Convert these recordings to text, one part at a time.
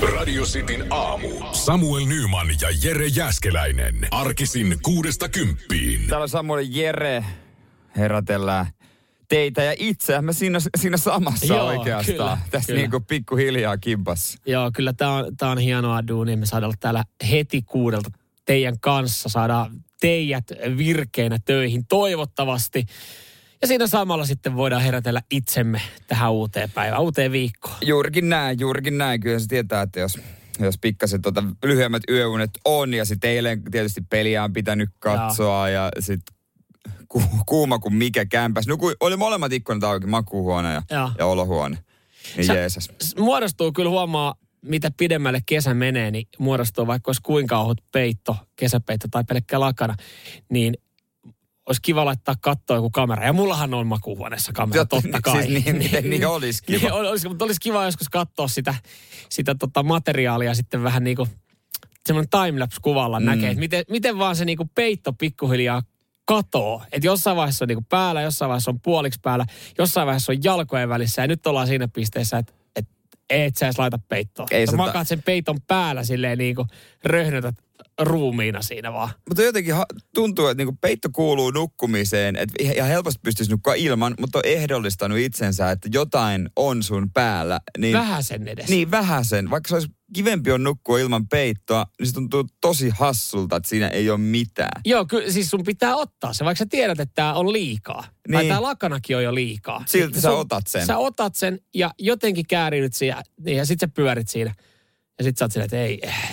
Radio Cityn aamu. Samuel Nyman ja Jere Jääskeläinen. Arkisin 6–10. Täällä Samuel ja Jere herätellään teitä ja itseämme siinä samassa. Joo, oikeastaan. Kyllä, tässä kyllä. Niinku pikkuhiljaa kimpassa. Joo, kyllä tää on hienoa duunia. Me saadaan olla täällä heti 6 teidän kanssa. Saadaan teidät virkeinä töihin toivottavasti. Ja siinä samalla sitten voidaan herätellä itsemme tähän uuteen päivään, uuteen viikkoon. Juurikin näin. Kyllä se tietää, että jos pikkasen lyhyemmät yöunet on ja sitten eilen tietysti peliä on pitänyt katsoa ja sitten kuuma kuin mikä kämpäs. No kun oli molemmat ikkunat auki, makuuhuone ja olohuone. Niin Jeesus. Muodostuu kyllä huomaa, mitä pidemmälle kesä menee, niin muodostuu vaikka olisi kuinka ohut peitto, kesäpeitto tai pelkkä lakana, niin olisi kiva laittaa katsoa joku kamera. Ja mullahan on makuuhuoneessa kamera, totta kai. Siis niin olisi kiva. Mutta olisi kiva joskus katsoa sitä materiaalia sitten vähän niin kuin semmoinen timelapse-kuvalla näkee, että miten vaan se niin kuin peitto pikkuhiljaa katoo. Että jossain vaiheessa on niin kuin päällä, jossain vaiheessa on puoliksi päällä, jossain vaiheessa on jalkojen välissä. Ja nyt ollaan siinä pisteessä, että et sä edes laita peittoa. Makaat sen peiton päällä silleen niin kuin röhnötät ruumiina siinä vaan. Mutta jotenkin tuntuu, että niinku peitto kuuluu nukkumiseen, että ihan helposti pystyisi nukkua ilman, mutta on ehdollistanut itsensä, että jotain on sun päällä. Niin, vähäsen edes. Niin, vähäsen. Vaikka se olisi kivempi on nukkua ilman peittoa, niin se tuntuu tosi hassulta, että siinä ei ole mitään. Joo, kyllä siis sun pitää ottaa se, vaikka sä tiedät, että tää on liikaa. Niin. Tai tää lakanakin on jo liikaa. Silti sä otat sen. Sä otat sen ja jotenkin käärinyt siihen ja sit sä pyörit siinä. Ja sit sä oot silleen, että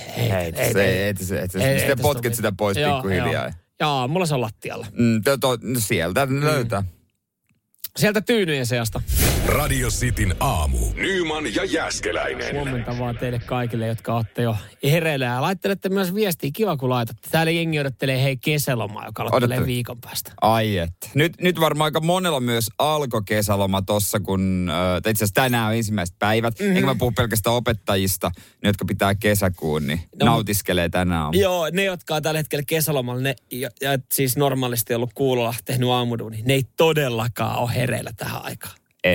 ei. Sitten potkit sitä pois pikkuhiljaa. Joo, mulla se on lattialla. Sieltä löytää. Sieltä tyynyjen seasta. Radio Cityn aamu. Nyman ja Jääskeläinen. Huomenta vaan teille kaikille, jotka olette jo hereillä. Ja laittelette myös viestiä. Kiva, kun laitatte. Täällä jengi odottelee kesälomaa, joka aloittelee viikon päästä. Ai et. Nyt varmaan aika monella myös alkoi kesäloma tossa, kun itse asiassa tänään on ensimmäiset päivät. Enkä mä puhu pelkästään opettajista, ne jotka pitää kesäkuun, niin nautiskelee tänään. Joo, ne jotka on tällä hetkellä kesälomalla, ne ja siis normaalisti ollut kuulolla tehnyt aamuduuni, ne ei todellakaan ole hereillä tähän aikaan.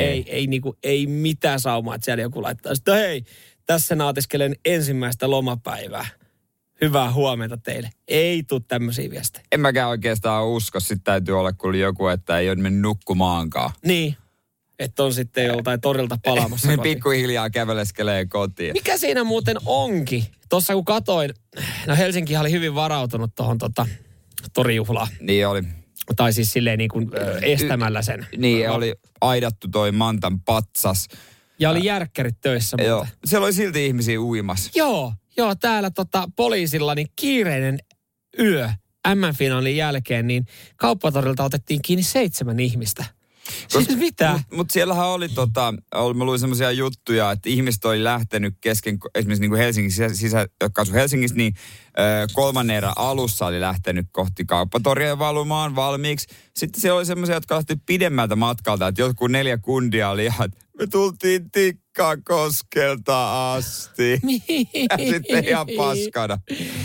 Ei mitään saumaa, että siellä joku laittaa sitä, hei, tässä nautiskelen ensimmäistä lomapäivää. Hyvää huomenta teille. Ei tule tämmöisiä viestejä. En mäkään oikeastaan usko. Sitten täytyy olla kuin joku, että ei ole mennyt nukkumaankaan. Niin. Että on sitten joltain torilta palaamassa kotiin. Pikkuhiljaa käveleskelee kotiin. Mikä siinä muuten onkin? Tuossa kun katoin, no Helsinki oli hyvin varautunut tuohon torijuhlaan. Niin oli. Tai siis silleen niin kuin estämällä sen. Niin, oli aidattu toi Mantan patsas. Ja oli järkkärit töissä. Joo, siellä oli silti ihmisiä uimassa. Joo, täällä poliisilla niin kiireinen yö M-finaalin jälkeen, niin kauppatorilta otettiin kiinni 7 ihmistä. Siis mitä? Mutta siellähän oli mä luin semmoisia juttuja, että ihmiset oli lähtenyt kesken, esimerkiksi niin kuin Helsingissä, jotka asui Helsingissä, niin 3. erän alussa oli lähtenyt kohti kauppatoria valumaan valmiiksi. Sitten siellä oli semmoisia, jotka lähti pidemmältä matkalta, että jotkut 4 kundia oli ihan, me tultiin Tikkakoskelta asti. Ja sitten ihan paskana.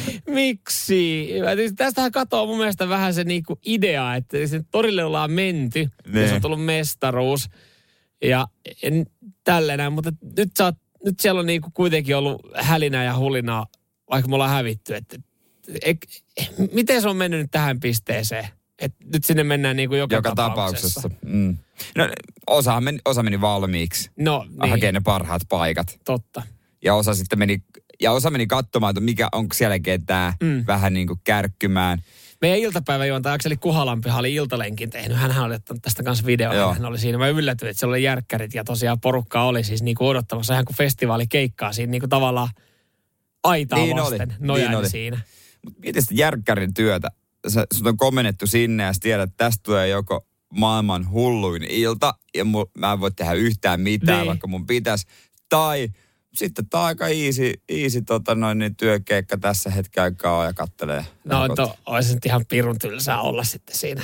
Miksi? Tästähän katoo mun mielestä vähän se niinku idea, että sen torille ollaan menty, jos on tullut mestaruus ja tällainen, mutta nyt siellä on niinku kuitenkin ollut hälinää ja hulinaa, vaikka me ollaan hävitty. Miten se on mennyt nyt tähän pisteeseen? Että nyt sinne mennään niinku joka tapauksessa. No, osa meni valmiiksi. No niin. Hakee ne parhaat paikat. Totta. Ja osa meni katsomaan, että mikä onko siellä ketään vähän niin kuin kärkkymään. Meidän iltapäiväjuontaja Akseli Kuhalampihan oli iltalenkin tehnyt. Hänhän oli ottanut tästä kanssa videoa. Hän oli siinä. Mä yllätyin, että siellä oli järkkärit ja tosiaan porukkaa oli siis niin kuin odottamassa ihan kuin festivaalikeikkaa siinä niin kuin tavallaan aitaa niin vasten. Nojaili siinä. Mutta mietin sitä järkkärin työtä. Sut on komennettu sinne ja sä tiedät, että tästä tulee joko maailman hulluin ilta ja mä en voi tehdä yhtään mitään, vaikka mun pitäisi. Tai sitten tää on aika easy työkeikka tässä hetken aikaa ja kattelee. No olisi nyt ihan pirun tylsää olla sitten siinä.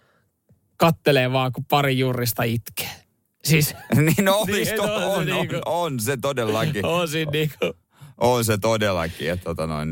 Kattelee vaan, kun pari jurrista itkee. Siis. Niin on se todellakin. On siinä niinku. On se todellakin, että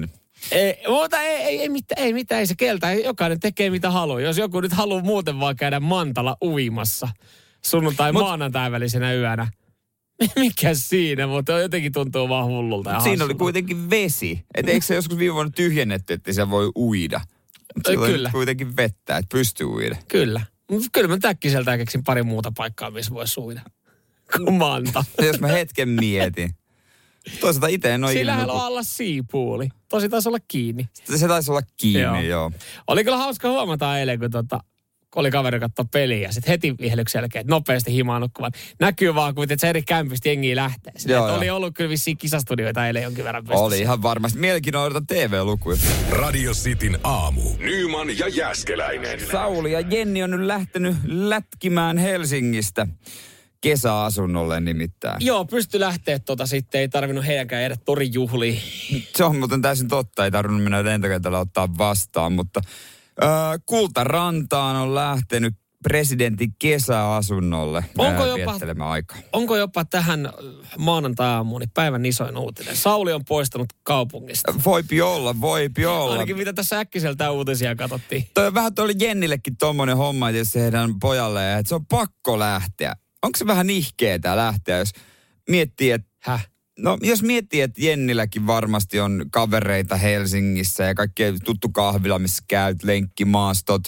Ei mitään, ei se keltä. Jokainen tekee mitä haluaa. Jos joku nyt haluaa muuten vaan käydä mantalla uimassa sunnuntai maanantai välisenä yönä, Mikä siinä, mutta jotenkin tuntuu vaan hullulta ja siinä oli kuitenkin vesi. Et eikö se joskus viime vuonna tyhjennetty, että se voi uida? Kyllä. Kuitenkin vettä, että pystyy uida. Kyllä. Kyllä mä täkkiseltä keksin pari muuta paikkaa, missä voisi uida. Kun Manta. Jos mä hetken mietin. Toisaalta itse en ole Sillähän on alla siipuuli. Tosi taisi olla kiinni. Se taisi olla kiinni, joo. Oli kyllä hauska huomata eilen, kun oli kaveri katsoa peliä ja sitten heti vihelyksen jälkeen, että nopeasti himaan nukkuvan. Näkyy vaan, kun se eri kämpistä jengiä lähtee. Oli ollut kyllä vissiin kisastudioita eilen jonkin verran pystyssä. Oli ihan varmasti. Mielenkiinnolla TV-lukuja. Radio Cityn aamu. Nyman ja Jääskeläinen. Sauli ja Jenni on nyt lähtenyt lätkimään Helsingistä. Kesäasunnolle nimittäin. Joo, pysty lähteä sitten. Ei tarvinnut heidänkään jäädä torijuhliin. Se on muuten täysin totta. Ei tarvinnut mennä lentokentällä ottaa vastaan, mutta Kultarantaan on lähtenyt presidentin kesäasunnolle viettelemään aikaa. Onko jopa tähän maanantai-aamuun niin päivän isoin uutinen? Sauli on poistunut kaupungista. Voipi olla. Ainakin mitä tässä äkkiseltä uutisia katsottiin. Vähän oli Jennillekin tommonen homma, että jos heidän pojalle, että se on pakko lähteä. Onko se vähän nihkeetä lähteä, jos miettii, että... No, jos miettii, että Jennilläkin varmasti on kavereita Helsingissä ja kaikkea tuttu kahvila, missä käyt, lenkkimaastot,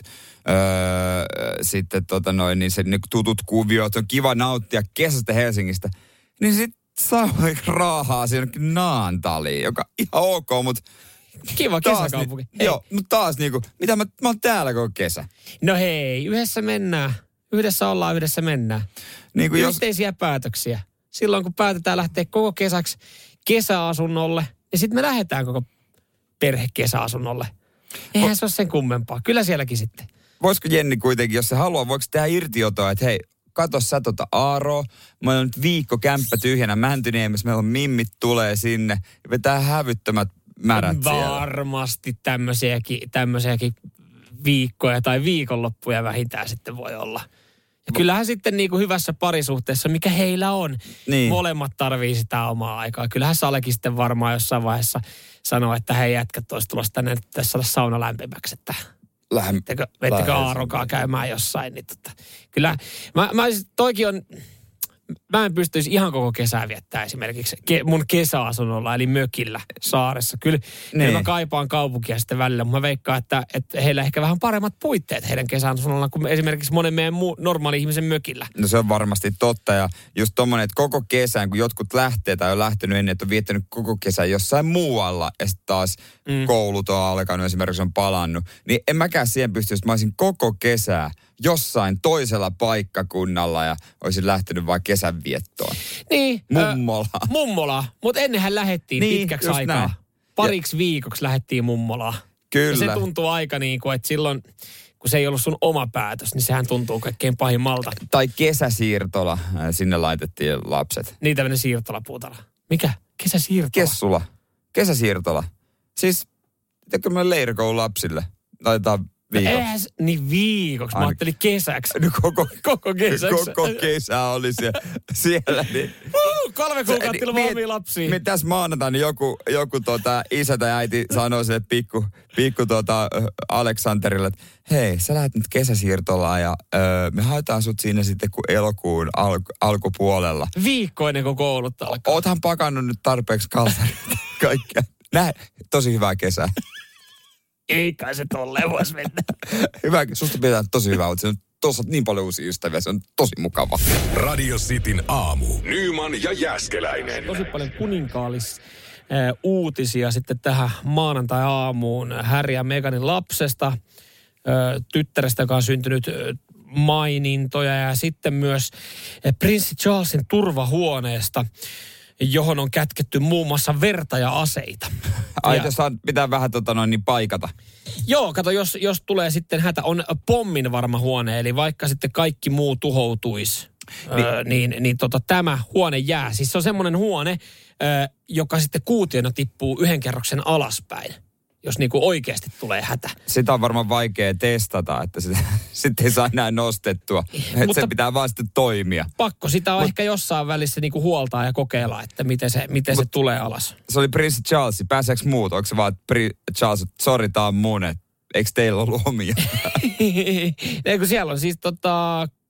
sitten niin se niin tutut kuviot, on kiva nauttia kesästä Helsingistä, niin sitten saa raahaa jonnekin Naantaliin, joka ihan ok, mutta... Kiva kesäkaupunki. Joo, mutta taas niinku, mitä mä oon täällä koko kesä. No hei, yhdessä mennään. Yhdessä ollaan, yhdessä mennään. Niin yhteisiä päätöksiä. Silloin kun päätetään lähteä koko kesäksi kesäasunnolle, niin sitten me lähdetään koko perhe kesäasunnolle. Eihän se ole sen kummempaa. Kyllä sielläkin sitten. Voisiko Jenni kuitenkin, jos se haluaa, voiko tehdä irtiotoa, että hei, kato sä Aaroa, mä oon nyt viikko kämppä tyhjänä Mäntyniemessä, meillä on mimmit tulee sinne ja vetää hävyttömät märät siellä. Varmasti tämmöisiäkin viikkoja tai viikonloppuja vähintään sitten voi olla. Ja kyllähän sitten niin kuin hyvässä parisuhteessa, mikä heillä on, niin molemmat tarvii sitä omaa aikaa. Kyllähän Salekin sitten varmaan jossain vaiheessa sanoo, että hei jätkät olisi tulossa tänne, että tässä saada sauna lämpimäksi, että vettekö Aarokaa käymään jossain. Niin kyllä, toikin on... Mä en pystyisi ihan koko kesää viettää esimerkiksi mun kesäasunnolla, eli mökillä saaressa. Kyllä mä kaipaan kaupunkia sitten välillä, mutta mä veikkaan, että heillä ehkä vähän paremmat puitteet heidän kesäasunnolla kuin esimerkiksi monen meidän normaali ihmisen mökillä. No se on varmasti totta ja just tommonen, että koko kesän, kun jotkut lähtee tai on lähtenyt ennen, että on viettänyt koko kesän jossain muualla ja sitten taas koulut on alkanut, esimerkiksi on palannut, niin en mäkään siihen pystyisi, että mä olisin koko kesää jossain toisella paikkakunnalla ja olisin lähtenyt vaan kesänviettoon. Niin. Mummolaan. Mummolaan. Mutta ennenhän lähdettiin pitkäksi aikaa. Näin. Pariksi viikoksi lähdettiin mummolaan. Kyllä. Ja se tuntuu aika niin kuin, että silloin, kun se ei ollut sun oma päätös, niin sehän tuntuu kaikkein pahimmalta. Tai kesäsiirtola. Sinne laitettiin lapset. Niin tämmöinen siirtolapuutala. Mikä? Kesäsiirtola? Kessula. Kesäsiirtola. Siis, tekö me leirikoulu lapsille? Laitetaan viikoksi. Niin viikoksi. Mä ajattelin kesäksi. No koko kesäksi. Koko kesä oli siellä. Niin. 3 kuukautta ilman omia lapsia. Tässä maanantaina joku isä tai äiti sanoi sille pikku Aleksanterille, että hei, sä lähdet nyt kesäsiirtolaan ja me haetaan sut siinä sitten kun elokuun alkupuolella. Viikko ennen kuin koulut alkaa. Oothan pakannut nyt tarpeeksi kalsarit kaikkea. Tosi hyvää kesää. Ei kai se tolleen voisi mennä. Hyvä, susta pitää tosi hyvä, mutta tuossa on niin paljon uusia ystäviä, se on tosi mukava. Radio Cityn aamu. Nyman ja Jääskeläinen. Tosi paljon kuninkaallis uutisia sitten tähän maanantai-aamuun. Harry ja Meghanin lapsesta, tyttärestä, joka on syntynyt mainintoja ja sitten myös prinssi Charlesin turvahuoneesta, johon on kätketty muun muassa verta ja aseita. Ai, tässä pitää vähän niin paikata. Joo, kato, jos tulee sitten hätä, on pommin varma huone, eli vaikka sitten kaikki muu tuhoutuisi, niin tämä huone jää. Siis se on semmoinen huone, joka sitten kuutiona tippuu 1 kerroksen alaspäin, jos niinku oikeasti tulee hätä. Sitä on varmaan vaikea testata, että sitä sitten ei saa enää nostettua. Että se pitää vaan sitten toimia. Pakko sitä on ehkä jossain välissä niinku huoltaa ja kokeilla, että miten se tulee alas. Se oli prinssi Charles. Pääseekö muut? Onko se vaan, että Charles, sori, tää on mun, eikö teillä ollut omia? Eikö siellä on siis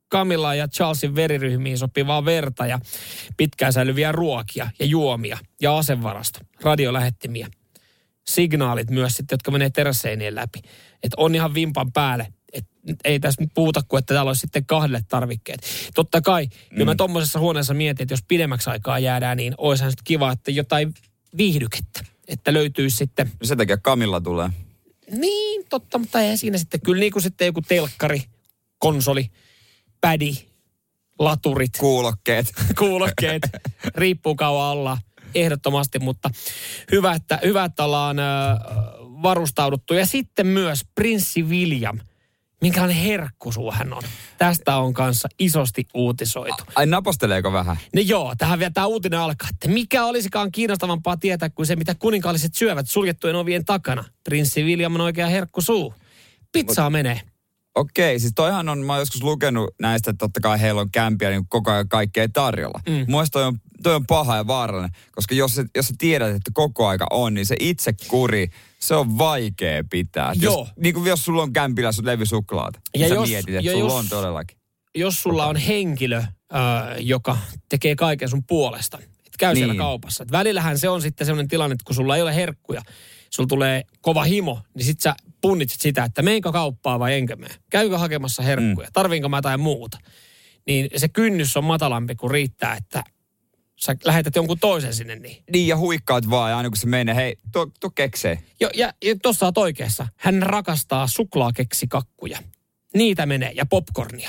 Camilla ja Charlesin veriryhmiin sopivaa verta ja pitkään säilyviä ruokia ja juomia ja asevarasto, radiolähettimiä. Signaalit myös sitten, jotka menee terässeinien läpi. Että on ihan vimpan päälle. Et ei tässä nyt puhuta kuin, että täällä olisi sitten 2 tarvikkeet. Totta kai, kyllä mä tommosessa huoneessa mietin, että jos pidemmäksi aikaa jäädään, niin olisihan sitten kiva, että jotain viihdykettä. Että löytyisi sitten... No sen takia Camilla tulee. Niin, totta, mutta ei siinä sitten. Kyllä niin kuin sitten joku telkkari, konsoli, pädi, laturit. Kuulokkeet. Riippuu kauan ollaan. Ehdottomasti, mutta hyvä, että ollaan varustauduttu. Ja sitten myös prinssi William. Minkälainen herkkusuu hän on. Tästä on kanssa isosti uutisoitu. Ai naposteleeko vähän? No joo, tähän vielä tämä uutinen alkaa. Että mikä olisikaan kiinnostavampaa tietää kuin se, mitä kuninkaalliset syövät suljettujen ovien takana. Prinssi William on oikea herkkusuu. Pizzaa menee. Okei, siis toihan on, mä oon joskus lukenut näistä, että totta kai heillä on kämpiä niin koko ajan kaikkea tarjolla. Mielestäni toi on paha ja vaarallinen, koska jos sä tiedät, että koko aika on, niin se itsekuri, se on vaikea pitää. Jos sulla on kämpillä levysuklaata, ja sä mietit, että sulla on todellakin. Jos sulla on henkilö, joka tekee kaiken sun puolesta, että käy siellä kaupassa. Et välillähän se on sitten sellainen tilanne, että kun sulla ei ole herkkuja, sulla tulee kova himo, niin sit sä punnitset sitä, että meinkö kauppaa vai enkö mene. Käykö hakemassa herkkuja, tarviinko mä jotain muuta. Niin se kynnys on matalampi, kuin riittää, että sä lähetät jonkun toisen sinne niin. Niin ja huikkaat vaan ja aina kun se menee, hei, tuo keksee. Ja tossa oot oikeassa. Hän rakastaa suklaakeksikakkuja. Niitä menee ja popcornia.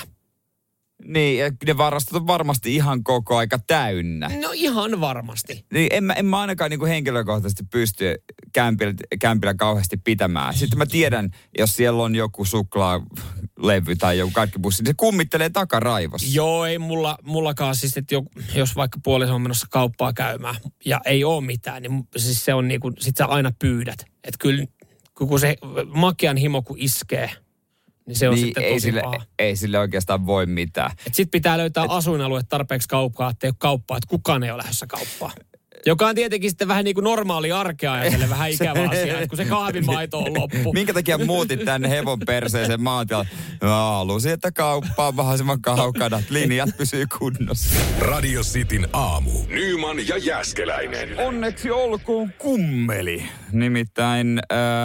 Niin, ja ne varastot on varmasti ihan koko aika täynnä. No ihan varmasti. Niin, en mä ainakaan niin kuin henkilökohtaisesti pysty kämpillä kauheasti pitämään. Sitten mä tiedän, jos siellä on joku suklaalevy tai joku karkkipussi, niin se kummittelee takaraivossa. Joo, ei mullakaan siis, että jos vaikka puoliso on menossa kauppaa käymään ja ei ole mitään, niin siis se on niin kuin, sit sä aina pyydät. Että kyllä, kun se makean himo kun iskee, niin se on niin sitten tosi paha. Ei sille oikeastaan voi mitään. Sitten pitää löytää asuinalue tarpeeksi kauppaa, ettei ole kauppaa, että kukaan ei ole lähdössä kauppaan. Joka on tietenkin sitten vähän niin kuin normaali arkea ajatellen vähän ikävä asia, että kun se kahvimaito on loppu. Minkä takia muutit tänne hevon perseeseen maatialle? Halusin, että kauppa on mahdollisimman kaukana, että linjat pysyy kunnossa. Radio Cityn aamu. Nyman ja Jääskeläinen. Onneksi olkoon kummeli. Nimittäin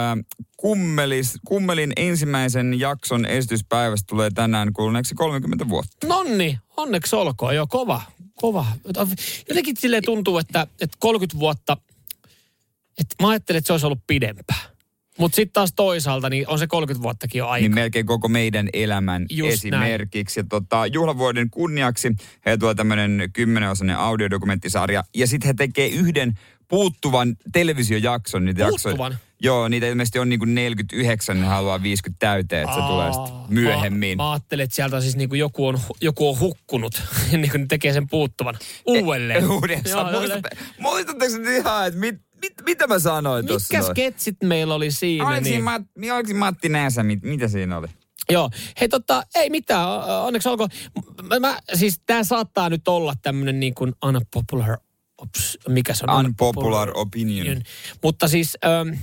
Kummelin ensimmäisen jakson esityspäivästä tulee tänään kuluneeksi 30 vuotta. Nonni, onneksi olkoon. Joo, kova. Jotenkin silleen tuntuu, että 30 vuotta, että mä ajattelin, että se olisi ollut pidempään. Mutta sitten taas toisaalta, niin on se 30 vuottakin jo aika. Niin melkein koko meidän elämän just esimerkiksi. Näin. Ja juhlavuoden kunniaksi he tuo tämmöinen 10-osainen audiodokumenttisarja. Ja sitten he tekee yhden puuttuvan televisiojakson. Puuttuvan? Joo, niitä ilmeisesti on niinku 49, ne haluaa 50 täyteen, että se tulee sitten myöhemmin. Mä ajattelin, että sieltä siis niinku joku on hukkunut, niin kuin ne tekee sen puuttuvan uudelleen. Uudestaan. Muistatteko ihan, että mitä mä sanoin tuossa? Mitkä sketsit meillä oli siinä? Oliko Matti Nääsä, mitä siinä oli? Joo, hei ei mitään, onneksi olkoon. Siis tää saattaa nyt olla tämmönen niin kuin unpopular, mikä se on? Unpopular opinion. Mutta siis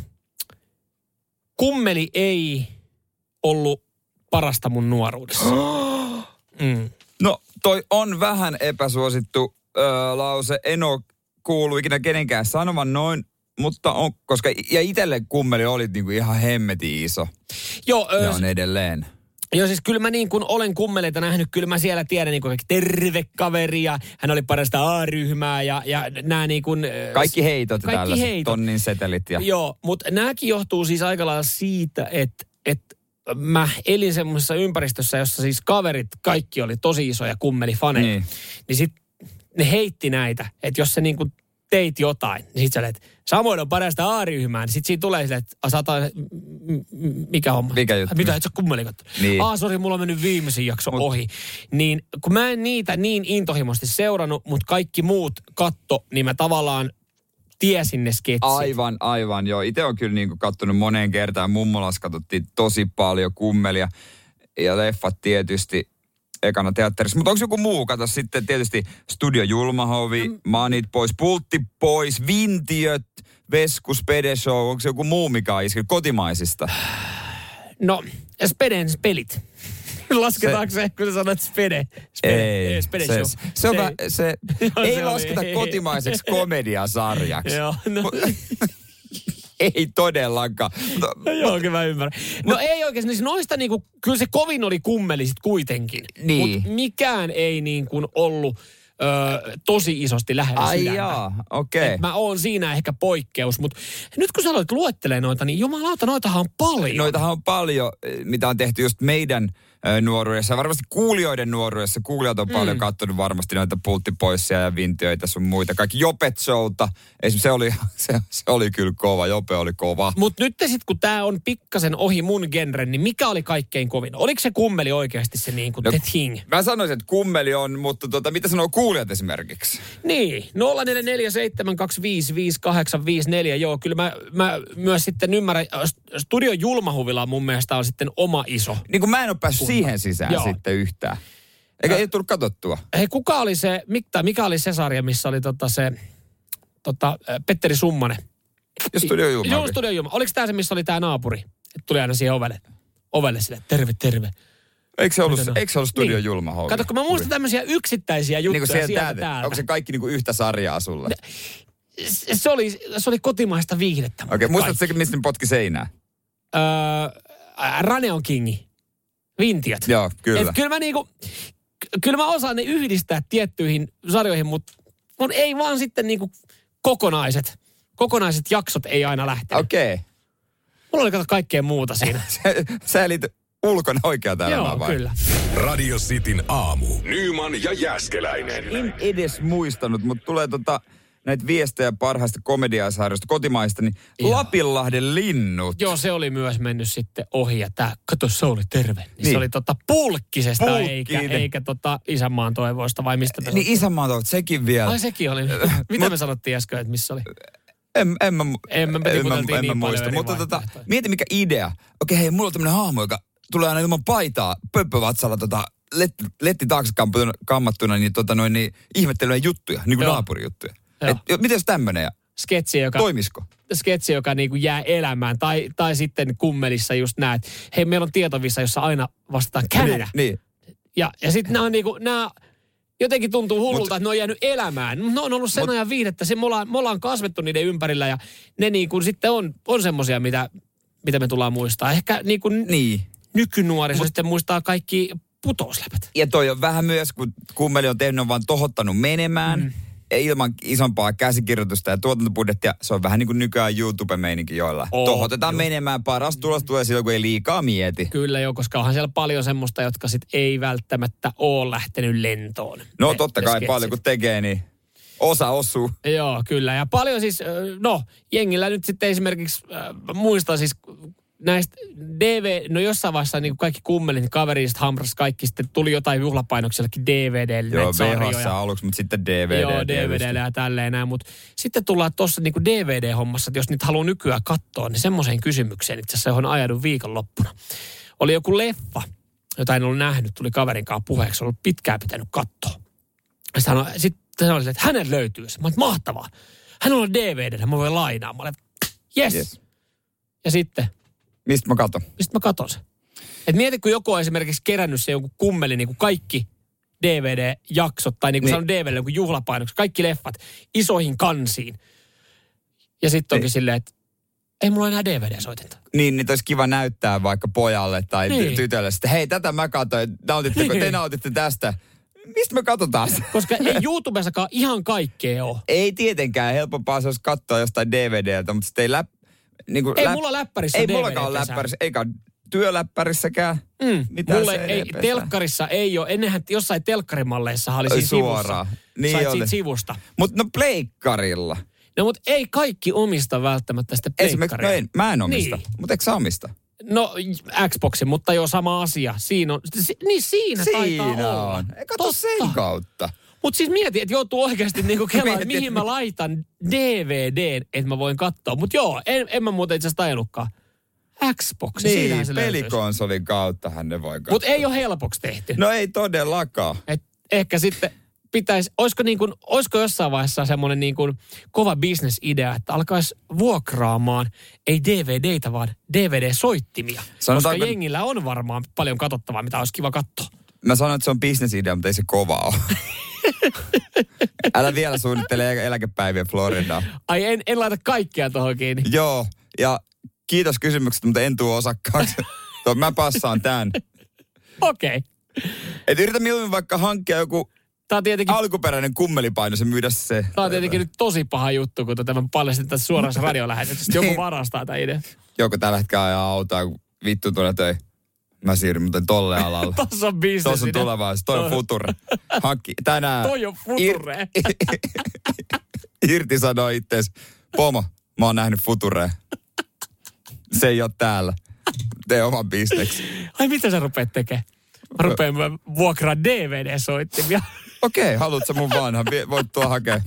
kummeli ei ollut parasta mun nuoruudessa. No toi on vähän epäsuosittu lause. En ole kuullut ikinä kenenkään sanovan noin, mutta on, koska ja itselle kummeli oli niinku ihan hemmetin iso. Joo. Ja on edelleen. Joo, siis kyllä mä niin kuin olen kummeleita nähnyt, kyllä mä siellä tiedän niin kuin kaikki terve kaveri ja hän oli parasta A-ryhmää ja nämä niin kuin... Kaikki heitot ja tällaiset, tonnin setelit ja... Joo, mutta nämäkin johtuu siis aika lailla siitä, että mä elin semmoisessa ympäristössä, jossa siis kaverit kaikki oli tosi isoja kummelifaneja. Niin sit ne heitti näitä, että jos sä niin kuin teit jotain, niin sit sä olet, samoin on parasta A-ryhmää, niin sit siinä tulee silleen, että mikä homma? Mikä juttu? Mitä, et sä kummeli kattonut? Niin. Sori, mulla on mennyt viimeisin jakso ohi. Niin kun mä en niitä niin intohimoisesti seurannut, mutta kaikki muut katto, niin mä tavallaan tiesin ne sketsit. Aivan, joo. Itse on kyllä niinku kattonut moneen kertaan. Mummolassa katsottiin tosi paljon kummelia ja leffat tietysti ekana teatterissa. Mutta onko joku muu? Kato sitten tietysti Studio Julmahovi, Manit pois, Pultti pois, Vintiöt, Vesku, Spede Show. Onko joku muu, mikä on iskenyt kotimaisista? No, Speden pelit. Lasketaanko se, kun sä sanoit Spede? Ei, Spede se ei se lasketa oli, kotimaiseksi komediasarjaksi. Joo, no. Ei todellakaan. Joo, kyllä mä ymmärrän. No ei oikein, siis noista niinku, kyllä se kovin oli kummeli sit kuitenkin. Niin. Mutta mikään ei niin kuin ollut tosi isosti lähellä sydäntä. Ai jaa, okei. Mä oon siinä ehkä poikkeus, mutta nyt kun sä aloit luettelemaan noita, niin jumalauta, noitahan on paljon. Noitahan on paljon, mitä on tehty just meidän nuoruudessa. Varmasti kuulijoiden nuoruudessa. Kuulijat on paljon katsonut varmasti noita pulttipoissia ja vintiöitä sun muita. Kaikki Jopet-showta. Esimerkiksi se oli kyllä kova. Jope oli kova. Mutta nyt sitten, kun tää on pikkasen ohi mun genren, niin mikä oli kaikkein kovin? Oliko se kummeli oikeasti se niin kuin the thing? Mä sanoisin, että kummeli on, mutta mitä sanoo kuulijat esimerkiksi? Niin, 0447255854. Joo, kyllä mä myös sitten ymmärrän. Studion Julmahuvila mun mielestä on sitten oma iso. Niin kuin mä en ole päässyt siihen sisään sitten yhtään. Eikä ei tullut katsottua. Hei, mikä oli se sarja, missä oli Petteri Summanen? Studio Julma. Joo, Studio Julma. Oliko tämä se, missä oli tämä naapuri? Et tuli aina siihen ovelle sille, terve. Eikö se ollut Studio niin. Julma houvi? Kato, kun mä muistan tämmöisiä yksittäisiä juttuja niin sieltä täältä. Onko se kaikki niin kuin yhtä sarjaa sulle? Se oli kotimaista viihdettä. Okei, muistatko se, mistä ne potki seinää? Rane on kingi. Vintiöt. Joo, kyllä. Kyllä mä osaan ne yhdistää tiettyihin sarjoihin, mutta ei vaan sitten niinku kokonaiset jaksot ei aina lähtenyt. Okei. Mulla oli kato kaikkea muuta siinä. Sä elit ulkona oikealta elämää vai? Joo, kyllä. Radio Cityn aamu. Nyman ja Jääskeläinen. En edes muistanut, mutta tulee näitä viestejä parhaista komediasarjoista kotimaista, niin Lapinlahden linnut. Joo, se oli myös mennyt sitten ohi ja kato, se oli terve. Niin. Se oli Pulkkisesta eikä Isänmaan toivoista vai mistä te niin Isänmaan toivoista, sekin vielä. Ai sekin oli. Mitä me sanottiin äsken, että missä oli? En mä muista, mutta mieti mikä idea. Okei, hei, mulla on tämmönen hahmo, joka tulee aina ilman paitaa, pöppövatsalla letti taakse kammattuna, niin ihmettelee juttuja, niin kuin naapurijuttuja. Mites tämmönen? Toimisiko? Sketsi, joka niinku jää elämään. Tai sitten kummelissa just näet. Hei, meillä on tietovissa, jossa aina vastataan Canada. Niin. Ja sitten nämä jotenkin tuntuu hullulta, että ne on jäänyt elämään. Ne on ollut sen ajan viihdettä. Me ollaan kasvettu niiden ympärillä ja ne niinku sitten on semmosia, mitä me tullaan muistaa. Ehkä nykynuoriso sitten muistaa kaikki putousläpät. Ja toi on vähän myös, kun kummeli on tehnyt, on vaan tohottanut menemään. Ilman isompaa käsikirjoitusta ja tuotantobudjettia. Se on vähän niin kuin nykyään YouTube-meininki joilla. Tohotetaan menemään. Paras tulos tulee silloin, kun ei liikaa mieti. Kyllä joo, koska onhan siellä paljon semmoista, jotka sit ei välttämättä ole lähtenyt lentoon. No totta kai paljon kun tekee, niin osa osuu. Joo, kyllä. Ja paljon siis, jengillä nyt sitten esimerkiksi, muistan siis näistä jossain vaiheessa niin kaikki kummelin kaverista hamras kaikki sitten tuli jotain juhlapainoksellekin DVDlle. Joo, VHS aluksi, mutta sitten DVD. Joo, DVDlle ja tälleen näin. Mutta sitten tullaan tuossa niin DVD-hommassa, että jos niitä haluaa nykyään katsoa, niin semmoiseen kysymykseen itse asiassa, johon ajaudun viikonloppuna. Oli joku leffa, jota en ollut nähnyt, tuli kaverin kanssa puheeksi, ollut pitkään pitänyt katsoa. Sitten sanoin, että hänet löytyy se. Mä olin, mahtavaa. Hänellä on DVDllä, mä voin lainaa. Mä olin, yes. Ja sitten... Mistä mä katon sen? Et mieti, kun joku on esimerkiksi kerännyt se jonkun kummeli, niin kuin kaikki DVD-jaksot, tai niin kuin sanon DVD, jonkun juhlapainoksi, kaikki leffat, isoihin kansiin. Ja sitten onkin silleen, että ei mulla enää DVD-soitinta. Niin olisi kiva näyttää vaikka pojalle tai tytölle. Sitten hei, tätä mä katsoin, te nautitte tästä. Mistä me katsotaan se? Koska ei YouTubessakaan ihan kaikkea ole. Ei tietenkään, helpompaa se olisi katsoa jostain DVDltä, mutta sitten mulla läppärissä ei mullakaan ole läppärissä, eikä työläppärissäkään. Mulle ei, telkkarissa ei ole. Ennenhän jossain telkkarimalleissahan oli siinä suoraan. Sivussa. Niin sait oli. siitä sivusta. Mutta pleikkarilla. No mutta ei kaikki omista välttämättä sitä pleikkaria. Esimerkiksi mä en omista, mutta eikö sä omista? No Xboxin, mutta joo sama asia. Siinä on, siinä taitaa olla. Kato sen kautta. Mutta siis mieti, että joutuu oikeasti niinku kelaan, mihin mä laitan DVDn, että mä voin katsoa. Mutta joo, en mä muuten itse asiassa tajunnutkaan. Xbox, siinähän se löytyisi. Pelikonsolin kauttahan ne voi katsoa. Mutta ei ole helpoksi tehty. No ei todellakaan. Ehkä sitten olisiko jossain vaiheessa semmoinen niin kuin kova business-idea, että alkaisi vuokraamaan, ei DVDtä, vaan DVD-soittimia. Koska jengillä on varmaan paljon katsottavaa, mitä olisi kiva katsoa. Mä sanon, että se on business-idea, mutta ei se kova ole. Älä vielä suunnittele eläkepäiviä Floridaan. Ai en laita kaikkia tohon kiinni. Joo, ja kiitos kysymyksestä, mutta en tule osakkaaksi. Mä passaan tän. Okei. Et yritä mieluummin vaikka hankkia joku alkuperäinen kummelipaino, se myydä se. Tämä on tietenkin nyt tosi paha juttu, kun tämän paljastin tässä suorassa radiolähetyksessä. Joku varastaa tämä idea. Joku tällä hetkellä ajaa autoa, kun vittu tulee töihin. Mä siirryn muuten tolle alalle. Tossa on business. Tossa on tulevaisuus. Toi on future. Tänään. Toi on future. Irti sanoi ittees. Pomo, mä oon nähnyt futurea. Se ei oo täällä. Tee oman bisneksi. Ai mitä sä rupeat tekemään? Mä rupean vuokraa DVD-soittimia. Okei, haluatko mun vanhan? Voit tuo hakea.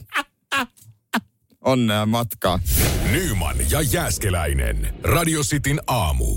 Onnea matkaa. Nyman ja Jääskeläinen. Radio Cityn aamu.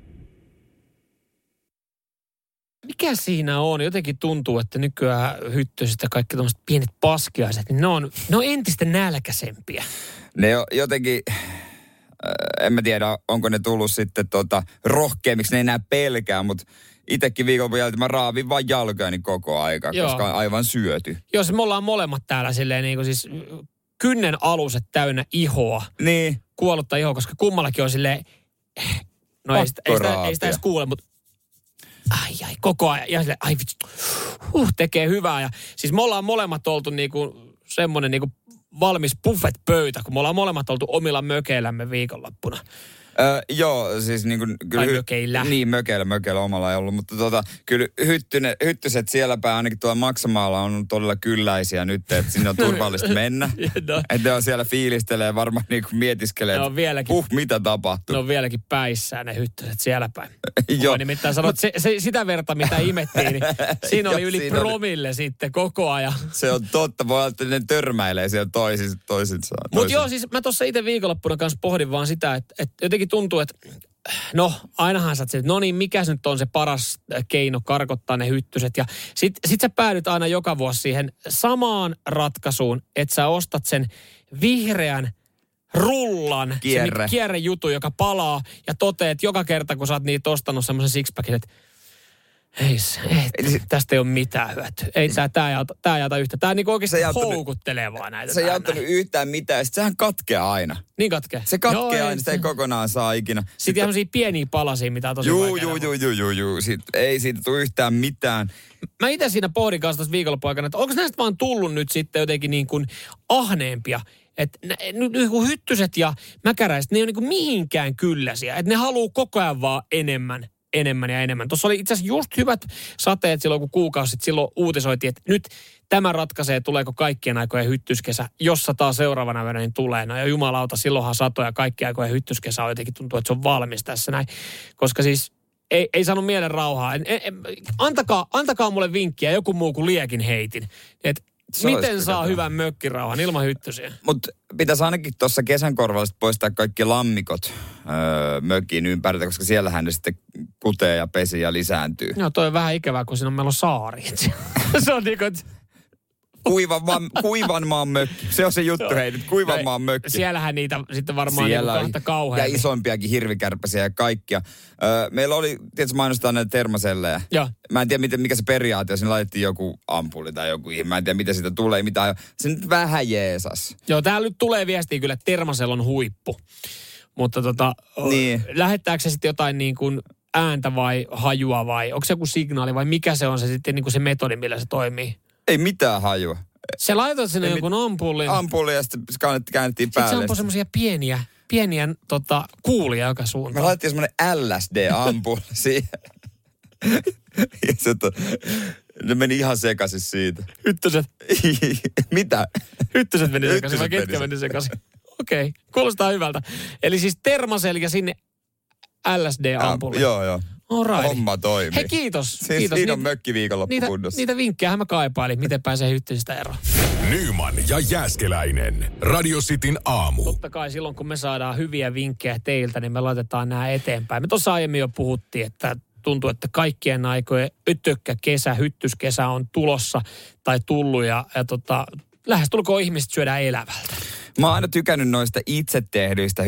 Mikä siinä on? Jotenkin tuntuu, että nykyään hyttyset ja kaikki tommoset pienet paskiaiset, niin ne on entistä nälkäisempiä. Ne on jotenkin, en mä tiedä, onko ne tullut sitten rohkeammiksi, ne ei enää pelkää, mutta itsekin viikonlopun jälkeen mä raavin vaan jalkojani koko aika, koska on aivan syöty. Joo, me ollaan molemmat täällä silleen niin kuin siis kynnen aluset täynnä ihoa. Niin. Kuollutta ihoa, koska kummallakin on silleen, no ei sitä edes kuule, mutta ai, koko ajan. Ja silleen, ai vitsi, tekee hyvää. Ja siis me ollaan molemmat oltu niinku semmoinen niinku valmis buffet-pöytä, kun me ollaan molemmat oltu omilla mökeillämme viikonloppuna. Joo, siis niin kuin... Tai mökeillä. Niin, mökeillä omalla ei ollut, mutta kyllä hyttyset siellä päin, ainakin tuolla Maksamaalla on todella kylläisiä nyt, että sinne on turvallista mennä. No. Että ne on siellä fiilistelee, varmaan niin kuin mietiskelee, että mitä tapahtuu. Ne on vieläkin päissään ne hyttyset siellä päin. Joo. Nimittäin sanot, sitä verta, mitä imettiin, niin siinä oli yli promille sitten koko ajan. Se on totta, voi olla, että ne törmäilee siellä toisinsa. Mutta joo, siis mä tuossa itse viikonloppuna kanssa pohdin vaan sitä, että jotenkin tuntuu, että no ainahan sä että no niin, mikä nyt on se paras keino karkottaa ne hyttyset. Ja sit sä päädyt aina joka vuosi siihen samaan ratkaisuun, että sä ostat sen vihreän rullan, kierrejutun, joka palaa ja toteat joka kerta, kun sä oot niitä ostanut semmoisen sixpackin, että tästä ei ole mitään hyötyä. Ei tää ei auta yhtään. Tää niinku oikeasti houkuttelee vaan näitä. Se ei auttanut yhtään mitään. Sitten sehän katkeaa aina. Niin katkeaa? Se katkeaa aina, sitä ei kokonaan saa ikinä. Sitten ihan pieniä palasia, mitä on tosi vaikea. Juu. Ei siitä tule yhtään mitään. Mä itse siinä pohdin kanssa tuossa viikonlopun aikana, että onko näistä vaan tullut nyt sitten jotenkin niin kuin ahneempia. Että niin hyttyset ja mäkäräiset, ne ei ole niin kuin mihinkään kylläisiä. Että ne haluaa koko ajan vaan enemmän ja enemmän. Tuossa oli itse asiassa just hyvät sateet silloin, kun kuukausi sitten silloin uutisoitiin, että nyt tämä ratkaisee, tuleeko kaikkien aikojen hyttyskesä, jos sataa seuraavana vuonna, niin tulee. No ja jumalauta, silloinhan satoja kaikkien aikojen hyttyskesä on jotenkin tuntuu, että se on valmis tässä näin. Koska siis ei saanut mielen rauhaa. Antakaa mulle vinkkiä, joku muu kuin liekin heitin. Että miten saa hyvän mökkirauhan ilman hyttysiä? Mutta pitäisi ainakin tuossa kesän korvalla poistaa kaikki lammikot mökkiin ympäriltä, koska siellähän ne sitten kutee ja pesii ja lisääntyy. Joo, toi on vähän ikävää, kun siinä meillä on saari. Se on niin kuin, Kuivan maan mökki. Se on se juttu, hei nyt. Kuivan maan mökki. Siellähän niitä sitten varmaan niin kahta kauhean. Ja isompiakin hirvikärpäsiä ja kaikkia. Meillä oli, tietysti mainostaa näitä termasellejä. Joo. Mä en tiedä, mikä se periaate on. Siinä laitettiin joku ampuli tai joku. Mä en tiedä, mitä siitä tulee. Se nyt vähän jeesas. Joo, täällä nyt tulee viestiä kyllä, että termasel on huippu. Mutta niin. Lähettääkö se sitten jotain niin kuin ääntä vai hajua vai onko se joku signaali vai mikä se on se sitten niin kuin se metodi, millä se toimii? Ei mitään hajua. Se laitat sinne jonkun ampullin. Ampulli ja sitten käännettiin päälle. Sitten se ampui semmoisia pieniä kuulia joka suuntaan. Me laitettiin semmoinen LSD-ampulli siihen. Ja ne meni ihan sekaisin siitä. Hyttyset. Mitä? Hyttyset meni sekaisin vai ketkä meni sekaisin? Okei, kuulostaa hyvältä. Eli siis termasel ja sinne LSD-ampulli. Joo. Alright. Homma toimii. Hei, kiitos. Siinä on mökkiviikonloppu kunnossa. Niitä vinkkejä mä kaipailin, miten pääsee hyttysistä eroon. Nyman ja Jääskeläinen. Radio Cityn aamu. Totta kai silloin, kun me saadaan hyviä vinkkejä teiltä, niin me laitetaan nämä eteenpäin. Me tuossa aiemmin jo puhuttiin, että tuntuu, että kaikkien aikojen ötökkäkesä, hyttyskesä on tulossa tai tullut ja lähestulkoon ihmiset syödään elävältä. Mä oon aina tykännyt noista itse tehdyistä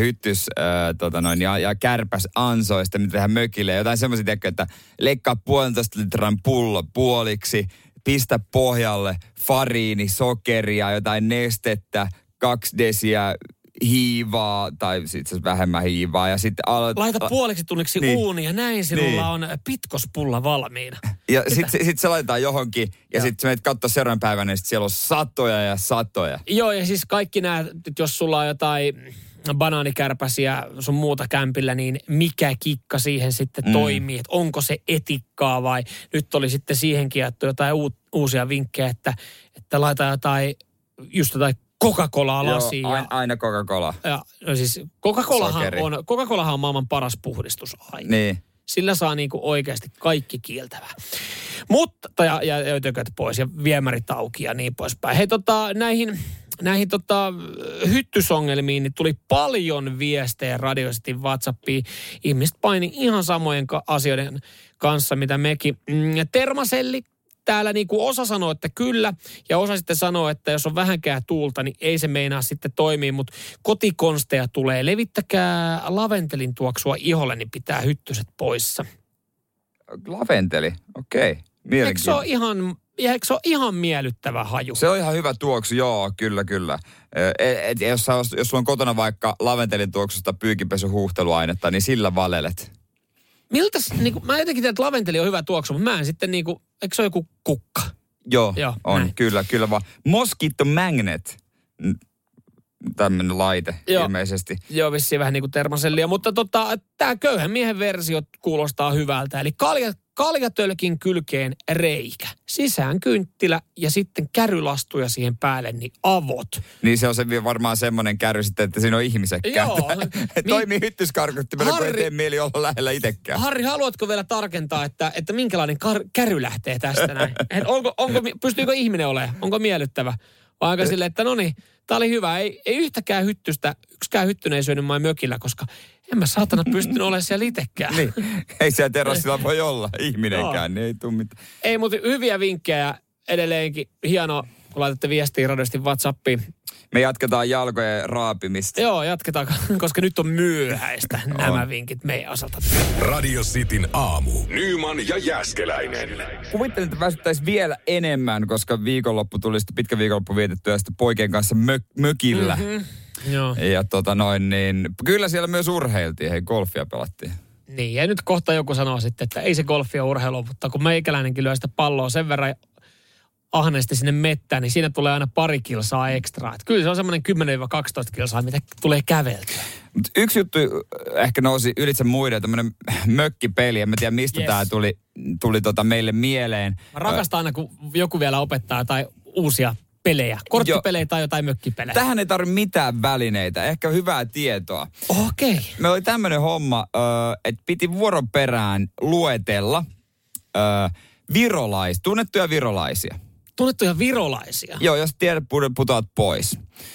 ja kärpäsansoista, mitä tehdään mökille. Jotain semmoisia, että leikkaa 1,5 litran pullo puoliksi, pistä pohjalle fariini, sokeria, jotain nestettä, 2 desiä hiivaa tai sitten vähemmän hiivaa. Ja sitten laita puoliksi tunniksi uuni ja näin sinulla on pitkospulla valmiina. Ja sitten se laitetaan johonkin ja sitten menet katsoa seuraavan päivän, niin siellä on satoja ja satoja. Joo, ja siis kaikki nämä, jos sulla on jotain banaanikärpäsiä sun muuta kämpillä, niin mikä kikka siihen sitten toimii, että onko se etikkaa vai nyt oli sitten siihenkin jaettu jotain uusia vinkkejä, että laita jotain Coca-Colaa lasiin. Joo, aina Coca-Cola. Ja no siis Coca-Colahan on maailman paras puhdistusaine. Niin. Sillä saa niinku oikeasti kaikki kieltävää. Mutta, ja ötököt pois ja viemärit auki ja niin poispäin. Hei näihin hyttysongelmiin niin tuli paljon viestejä radioisesti WhatsAppiin. Ihmiset paini ihan samojen asioiden kanssa, mitä mekin. Termaselli. Täällä niin kuin osa sanoo, että kyllä, ja osa sitten sanoo, että jos on vähänkään tuulta, niin ei se meinaa sitten toimia, mutta kotikonsteja tulee. Levittäkää laventelin tuoksua iholle, niin pitää hyttyset poissa. Laventeli, okei. Eikö se ole ihan miellyttävä haju? Se on ihan hyvä tuoksu, joo, kyllä. Jos sulla on kotona vaikka laventelin tuoksusta pyykinpesuhuhteluainetta, niin sillä valelet. Miltäs, mä jotenkin tiedän, että laventeli on hyvä tuoksu, mutta mä en sitten eikö se ole joku kukka? Joo on, näin. Kyllä vaan. Mosquito Magnet, tämmöinen laite ilmeisesti. Joo, vissiin vähän niin kuin termasellia, mutta tämä köyhän miehen versio kuulostaa hyvältä. Eli kaljatölkin kylkeen reikä, sisään kynttilä ja sitten kärylastuja siihen päälle, niin avot. Niin se on varmaan semmoinen käry sitten, että siinä on ihmisekään. Joo. Toimii hyttyskarkuttimena, kun ei tee mieli olla lähellä itsekään. Harri, haluatko vielä tarkentaa, että minkälainen käry lähtee tästä näin? Pystyykö ihminen olemaan? Onko miellyttävä? Vai aika silleen, että no niin, tää oli hyvä. Ei yhtäkään yksikään hyttynen ei syönyt mai mökillä, koska en mä saatana pystynyt olemaan siellä itsekään. Niin, ei siellä terassilla voi olla ihminenkään, niin ei tule mitään. Ei, mutta hyviä vinkkejä edelleenkin. Hienoa, kun laitatte viestiä radiosti WhatsAppiin. Me jatketaan jalkojen raapimista. Joo, jatketaan, koska nyt on myöhäistä nämä vinkit meidän osalta. Radio Cityn aamu. Nyman ja Jääskeläinen. Kuvittelin, että väsyttäisiin vielä enemmän, koska pitkä viikonloppu vietettyä sitten poikien kanssa mökillä. Mm-hmm. Joo. Ja kyllä siellä myös urheiltiin, golfia pelattiin. Niin, ja nyt kohta joku sanoo sitten, että ei se golfi ole urheilu, mutta kun meikäläinenkin lyö sitä palloa sen verran ahneesti sinne mettään, niin siinä tulee aina 2 kilsaa ekstraa. Että kyllä se on semmoinen 10-12 kilsaa, mitä tulee käveltyä. Yksi juttu ehkä nousi ylitse muiden, tämmöinen mökkipeli. En mä tiedä, mistä tämä tuli meille mieleen. Mä rakastan aina, kun joku vielä opettaa jotain uusia pelejä. Korttipelejä tai jotain mökkipelejä. Tähän ei tarvitse mitään välineitä. Ehkä hyvää tietoa. Okei. Meillä oli tämmöinen homma, että piti vuoron perään luetella tunnettuja virolaisia. Tunnettuja virolaisia? Joo, jos tiedät, putoat pois.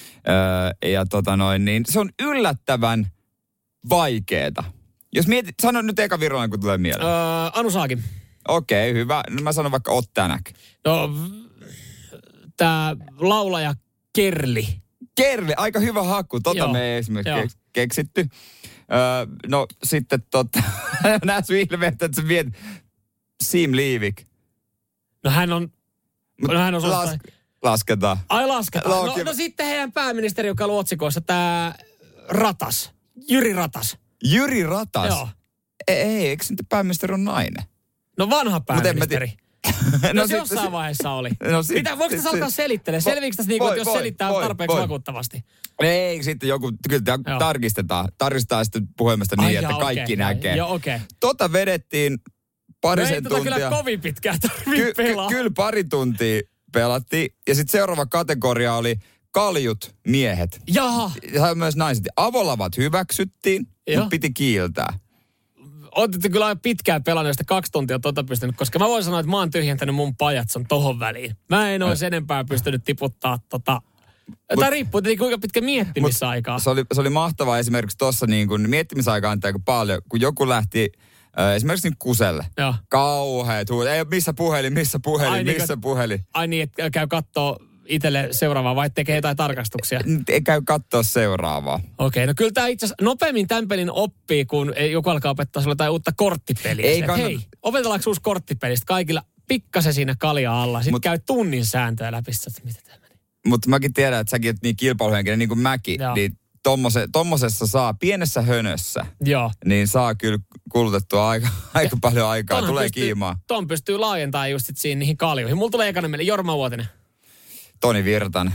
Niin se on yllättävän vaikeeta. Jos mietit, sano nyt eka virolainen, kun tulee mieleen. Anu Saakin. Okei, hyvä. Mä sanon vaikka Ott Tänäk. No, tää laulaja Kerli. Kerli, aika hyvä haku. Me ei esimerkiksi keksitty. No sitten nää sun ilmeet, että sä viet Siim Liivik. No hän on lasketaan. Ai lasketaan. No sitten heidän pääministeri, joka on otsikoissa, tää Ratas. Jyri Ratas. Jyri Ratas? Joo. Ei, eikö nyt pääministeri on nainen? No vanha pääministeri. No se jossain vaiheessa oli. Voiko tässä alkaa selittelemään? Selviikö tässä että jos selittää tarpeeksi vakuuttavasti? Ei, sitten joku, kyllä tarkistetaan. Tarkistetaan sitten puhelimesta niin, että kaikki näkee. Joo, okei. Vedettiin parisen tuntia. Kyllä kovin pitkään tarvii pelaa. Kyllä pari tuntia pelattiin. Ja sitten seuraava kategoria oli kaljut miehet. Jaha. Ja myös naiset. Avolavat hyväksyttiin, mutta piti kiiltää. Otitte kyllä aika pitkään pelannut, josta 2 tuntia pystynyt, koska mä voin sanoa, että mä oon tyhjentänyt mun pajatson tohon väliin. Mä en olisi enempää pystynyt tiputtaa tai riippuu tietenkin kuinka pitkä miettimisaikaa. Se oli mahtavaa esimerkiksi tuossa niin kun miettimisaikaa antaa aika paljon, kun joku lähti esimerkiksi niin kuselle. Joo. Kauheet huut. Ei, missä puhelin. Ai niin, että käy kattoo itselle seuraavaa vai tekee jotain tarkastuksia? Ei käy katsoa seuraavaa. Okei, no kyllä tämä itse asiassa nopeammin tämän pelin oppii, kun joku alkaa opettaa sulle jotain uutta korttipeliä. Hei, opetellaanko uusi korttipeli? Sitten kaikilla pikkasen siinä kalja alla. Sitten käy tunnin sääntöä läpi, mitä tämä meni. Mutta mäkin tiedän, että säkin oot niin kilpailuhenkinen niin kuin mäkin. Joo. Niin tommosessa saa, pienessä hönössä, Joo. niin saa kyllä kulutettua aika paljon aikaa. Tulee kiimaa. Ton pystyy laajentamaan just sit siinä niihin kaljoihin. Mulla tulee ekana mieleen Jorma Vuotinen. Toni Virtanen.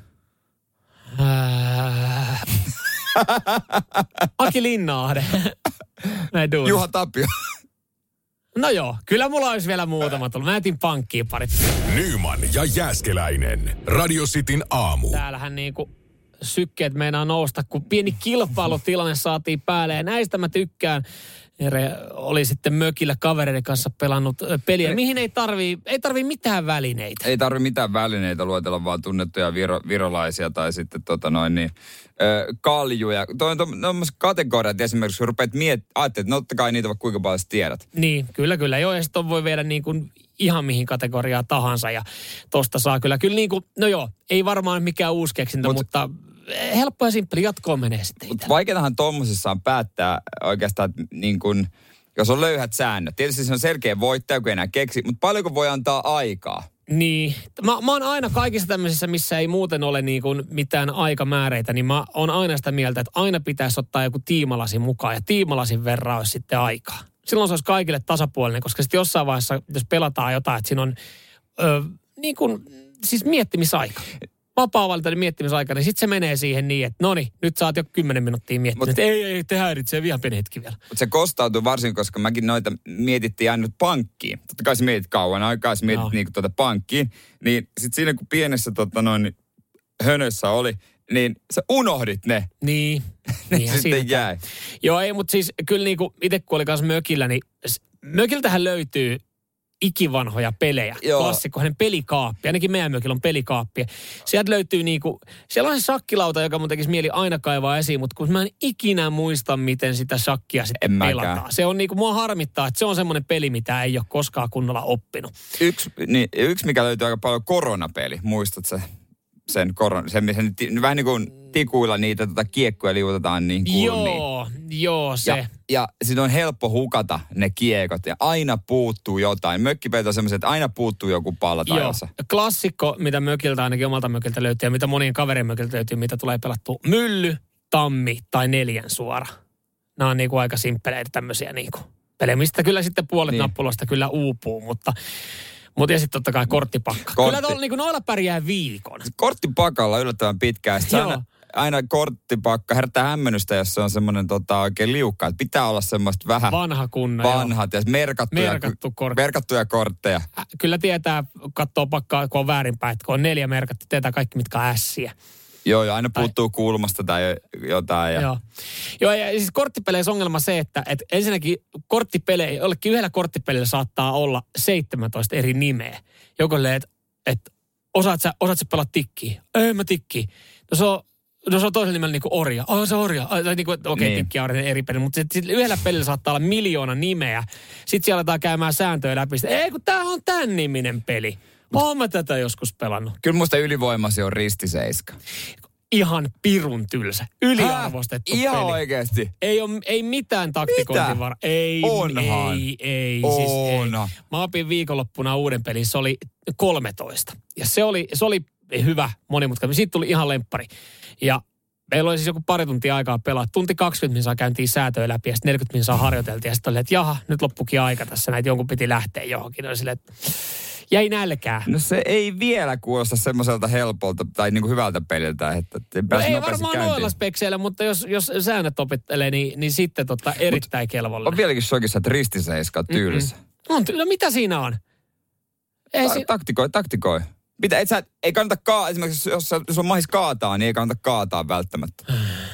Aki Linnaahde. Näin duunissa. Juha Tapio. No joo, kyllä mulla olisi vielä muutama tullut. Mä jätin pankkiin parit. Nyman ja Jääskeläinen. Radio Cityn aamu. Täällähän niinku sykkeet meinaa nousta, kun pieni kilpailutilanne saatiin päälle. Ja näistä mä tykkään. Jere oli sitten mökillä kavereiden kanssa pelannut peliä, mihin ei tarvii mitään välineitä. Ei tarvii mitään välineitä, luetella vaan tunnettuja virolaisia tai sitten kaljuja. On kategoriat esimerkiksi, kun rupeat ajattelet, että no kai niitä kuinka paljon tiedät. Niin, kyllä. Joo, ja sitten voi viedä niin kuin ihan mihin kategoriaa tahansa ja tosta saa kyllä niin kuin, no joo, ei varmaan mikään uusi keksintä, mutta helppo ja simppeli, jatkoon menee sitten. Mutta vaikeatahan tommosessa on päättää oikeastaan, että niin kun, jos on löyhät säännöt. Tietysti se on selkeä voittaja, kun ei enää keksi, mutta paljonko voi antaa aikaa? Niin. Mä oon aina kaikissa tämmöisissä, missä ei muuten ole niin kuin mitään aikamääreitä, niin mä oon aina sitä mieltä, että aina pitäisi ottaa joku tiimalasi mukaan ja tiimalasin verran olisi sitten aikaa. Silloin se olisi kaikille tasapuolinen, koska sitten jossain vaiheessa, jos pelataan jotain, että siinä on niin kuin, siis miettimisaika. Vapaa-valintainen miettimisaika, niin sitten se menee siihen niin, että noniin, nyt saat jo 10 minuuttia miettinyt. Ei, te häiritsee vielä pieni hetki vielä. Mutta se kostautuu varsin, koska mäkin noita mietittiin aina pankkiin. Totta kai sä mietit kauan aikaa, sä mietit niinku pankkiin. Niin sitten siinä kun pienessä hönössä oli, niin sä unohdit ne. Niin. Sitten jäi. Joo, ei, mutta siis kyllä niinku itse kun oli kanssa mökillä, niin mökiltähän löytyy ikivanhoja pelejä. Klassikko, hänen pelikaappi. Ainakin meidän mökillä on pelikaappi. Sieltä löytyy niinku, siellä on se shakkilauta, joka mun tekisi mieli aina kaivaa esiin, mutta kun mä en ikinä muista, miten sitä shakkia sitten pelataan. Se on niinku, mua harmittaa, että se on semmoinen peli, mitä ei ole koskaan kunnolla oppinut. Yksi mikä löytyy aika paljon, koronapeli. Muistat sen vähän niin kuin tikuilla niitä kiekkoja liuutetaan niin kulmiin. Joo, se. Ja sitten on helppo hukata ne kiekot ja aina puuttuu jotain. Mökkipelit on semmoiset, että aina puuttuu joku palla tai osa. Klassikko, mitä mökiltä ainakin omalta mökiltä löytyy ja mitä monien kaverien mökiltä löytyy, mitä tulee pelattua. Mylly, tammi tai 4 suora. Nämä on niinku aika simppeleitä tämmöisiä niinku pelejä, mistä kyllä sitten puolet nappuloista kyllä uupuu, mutta ja sitten totta kai korttipakka. Kyllä tuolla niinku noilla pärjää viikon. Korttipakalla yllättävän pitkään. Aina korttipakka herättää hämmennystä, jos se on semmoinen oikein liukka. Että pitää olla semmoista vähän vanhat ja merkattuja kortteja. Kyllä tietää, katsoo pakkaa, kun on väärinpäin, että kun on 4 merkattu, tietää kaikki, mitkä on ässiä. Joo, ja aina puuttuu kulmasta tai jotain. Joo, ja siis korttipeleissä ongelma se, että ensinnäkin jollekin yhdellä korttipelillä saattaa olla 17 eri nimeä. Joku että osaat sä pelaa tikkiä? Ei mä tikkiä. No se on toisella nimellä niinku orja. Se orja. Okei, tikki on eri peli, mutta sitten yhdellä pelillä saattaa olla 1 miljoona nimeä. Sitten siellä aletaan käymään sääntöjä läpi. Ei, kun tää on tän niminen peli. Oon mä tätä joskus pelannut. Kyllä musta ylivoimasi on ristiseiska. Ihan pirun tylsä. Yliarvostettu peli. Ihan oikeesti? Ei mitään taktikointin varaa. Onhan. Ei. Siis ei. Mä opin viikonloppuna uuden pelin. Se oli 13. Ja se oli hyvä monimutkainen. Siitä tuli ihan lemppari. Ja meillä oli siis joku pari tuntia aikaa pelaa. Tunti 20 minsaa käyntiin säätöä läpi ja sitten 40 minsaa harjoiteltiin. Ja sitten oli, että jaha, nyt loppukin aika tässä. Näitä jonkun piti lähteä johonkin. Oli silleen, että jäi nälkää. No se ei vielä kuulosta semmoiselta helpolta tai niinku hyvältä peliltä, että ei varmaan noilla spekseillä, mutta jos säännöt opettelee, niin sitten erittäin kelvollinen. On vieläkin shokissa, että ristiseiska on tylsä. No mitä siinä on? Taktikoi. Ei kannata esimerkiksi jos on mahis kaataa, niin ei kannata kaataa välttämättä.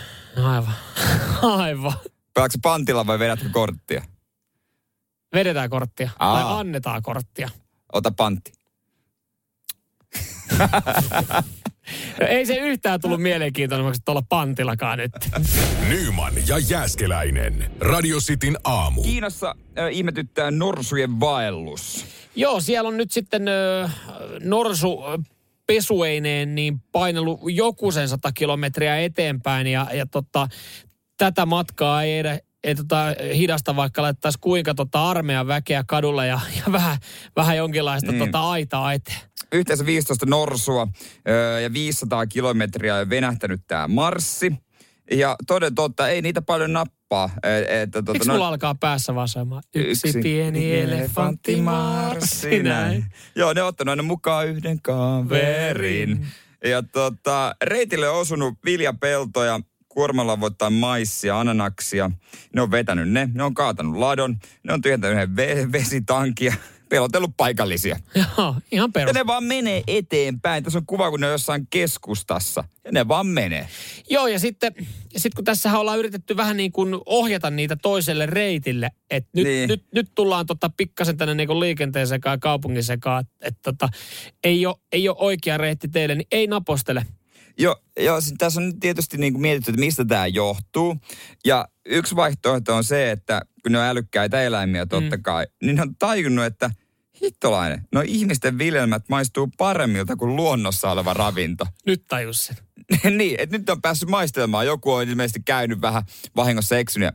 Aivan. Pelaatko pantilla vai vedätkö korttia? Vedetään korttia. Tai annetaan korttia. Ota pantti. Ei se yhtään tullut mielenkiintoisemmaksi tuolla pantillakaan nyt. Nyman ja Jääskeläinen. Radio Cityn aamu. Kiinassa ihmetyttää norsujen vaellus. Joo, siellä on nyt sitten norsu pesueineen niin painellut joku sen 100 kilometriä eteenpäin ja tätä matkaa ei hidasta, vaikka laittaisi kuinka armeijan väkeä kadulla ja vähän jonkinlaista aitaa eteen. Yhteensä 15 norsua ja 500 kilometriä on venähtänyt tämä marssi. Ja toden totta, ei niitä paljon nappaa. Eikö mulla alkaa päässä vaan soimaan? Yksi pieni elefantti marssi näin. Joo, ne on ottanut aina mukaan yhden kaverin. Ja reitille on osunut viljapeltoja, kuormalavottain maissia, ananaksia. Ne on vetänyt ne on kaatanut ladon, ne on tyhjentänyt yhden vesitankia. Pelotellut paikallisia. Joo, ihan perus. Ja ne vaan menee eteenpäin. Tässä on kuva, kun ne on jossain keskustassa. Ja ne vaan menee. Joo, ja sitten kun tässä ollaan yritetty vähän niin kuin ohjata niitä toiselle reitille. Että nyt tullaan pikkasen tänne niin kuin liikenteen sekaan ja kaupungin sekaan. Että ei ole oikea reitti teille, niin ei napostele. Joo, tässä on nyt tietysti niin kuin mietitty, että mistä tämä johtuu. Ja yksi vaihtoehto on se, että kun ne on älykkäitä eläimiä totta kai, niin ne on tajunnut, että hittolainen, no ihmisten viljelmät maistuu paremmilta kuin luonnossa oleva ravinto. Nyt tajus sen. Niin, että nyt on päässyt maistelemaan. Joku on ilmeisesti käynyt vähän vahingossa eksynyt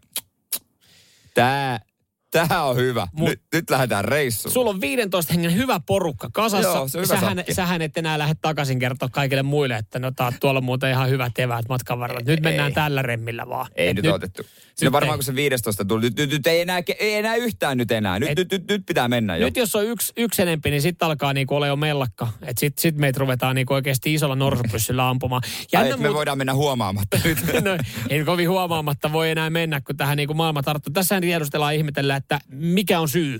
ja Tämä on hyvä. Nyt lähdetään reissuun. Sulla on 15 hengen hyvä porukka kasassa. Joo, se on hyvä sähän et enää lähde takaisin kertoa kaikille muille, että tuolla on muuten ihan hyvät eväät matkan varrella. Nyt mennään tällä remmillä vaan. Ei nyt otettu. Siinä varmaan kun se 15 tuli, nyt ei enää yhtään nyt enää. Nyt pitää mennä jo. Nyt jos on yksi enempi, niin sitten alkaa niinku olla jo mellakka. Että sit meitä ruvetaan niinku oikeasti isolla norsupyssyllä ampumaan. Me voidaan mennä huomaamatta nyt. No, ei kovin huomaamatta voi enää mennä, kun tähän niinku maailma tarttuu. Tässähän tiedustellaan ihmetellä, että mikä on syy.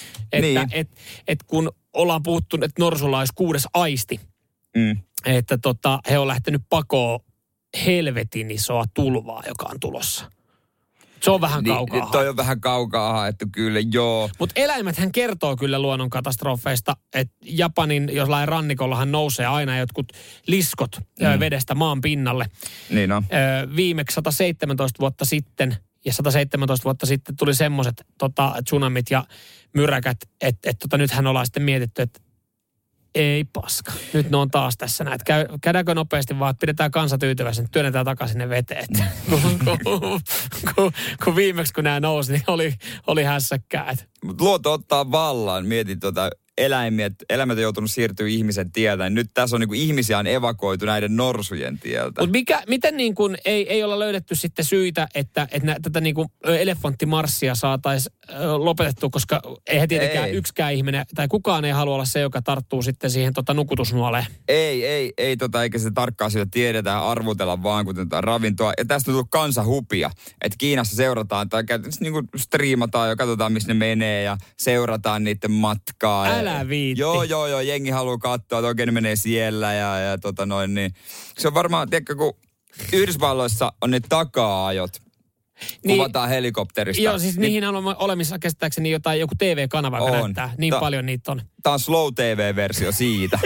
Että kun ollaan puhuttu, että norsulla olisi 6. aisti. Että he on lähtenyt pakoon helvetin isoa tulvaa, joka on tulossa. Se on vähän kaukaa. Toi on vähän kaukaa haettu, kyllä, joo. Mutta eläimethän kertoo kyllä luonnonkatastrofeista, että Japanin jollain rannikollahan nousee aina jotkut liskot vedestä maan pinnalle. Niin on. Viimeksi 117 vuotta sitten, ja 117 vuotta sitten tuli semmoiset tsunamit ja myräkät, että nythän ollaan sitten mietitty, että ei paska. Nyt ne on taas tässä näin. Käydäänkö nopeasti vaan, että pidetään kansa tyytyväisen, työnnetään takaisin ne veteen. kun viimeksi kun nämä nousi, niin oli hässäkkää. Mutta luonto ottaa vallan. Mietin eläimet on joutunut siirtyä ihmisen tieltä. Nyt tässä on niin kuin ihmisiä on evakuoitu näiden norsujen tieltä. Mutta miten niin kuin ei olla löydetty sitten syitä, että tätä niin kuin elefanttimarssia saataisiin lopetettua, koska eihän tietenkään yksikään ihminen tai kukaan ei halua olla se, joka tarttuu sitten siihen nukutusnuoleen. Ei, eikä se tarkkaan siitä tiedetä arvotella vaan, kun ravintoa. Ja tästä on tullut kansahupia, että Kiinassa seurataan tai käytännössä niin kuin striimataan ja katsotaan, missä ne menee ja seurataan niiden matkaa. Älä viitti. Joo, jengi haluaa katsoa, että oikein ne menee siellä ja niin. Se on varmaan, tiedätkö, kun Yhdysvalloissa on ne taka-ajot, kuvataan helikopterista. Joo, siis niihin on olemassa käsittääkseni joku TV-kanava, joka näyttää. Niin paljon niitä on. Tämä on slow TV-versio siitä.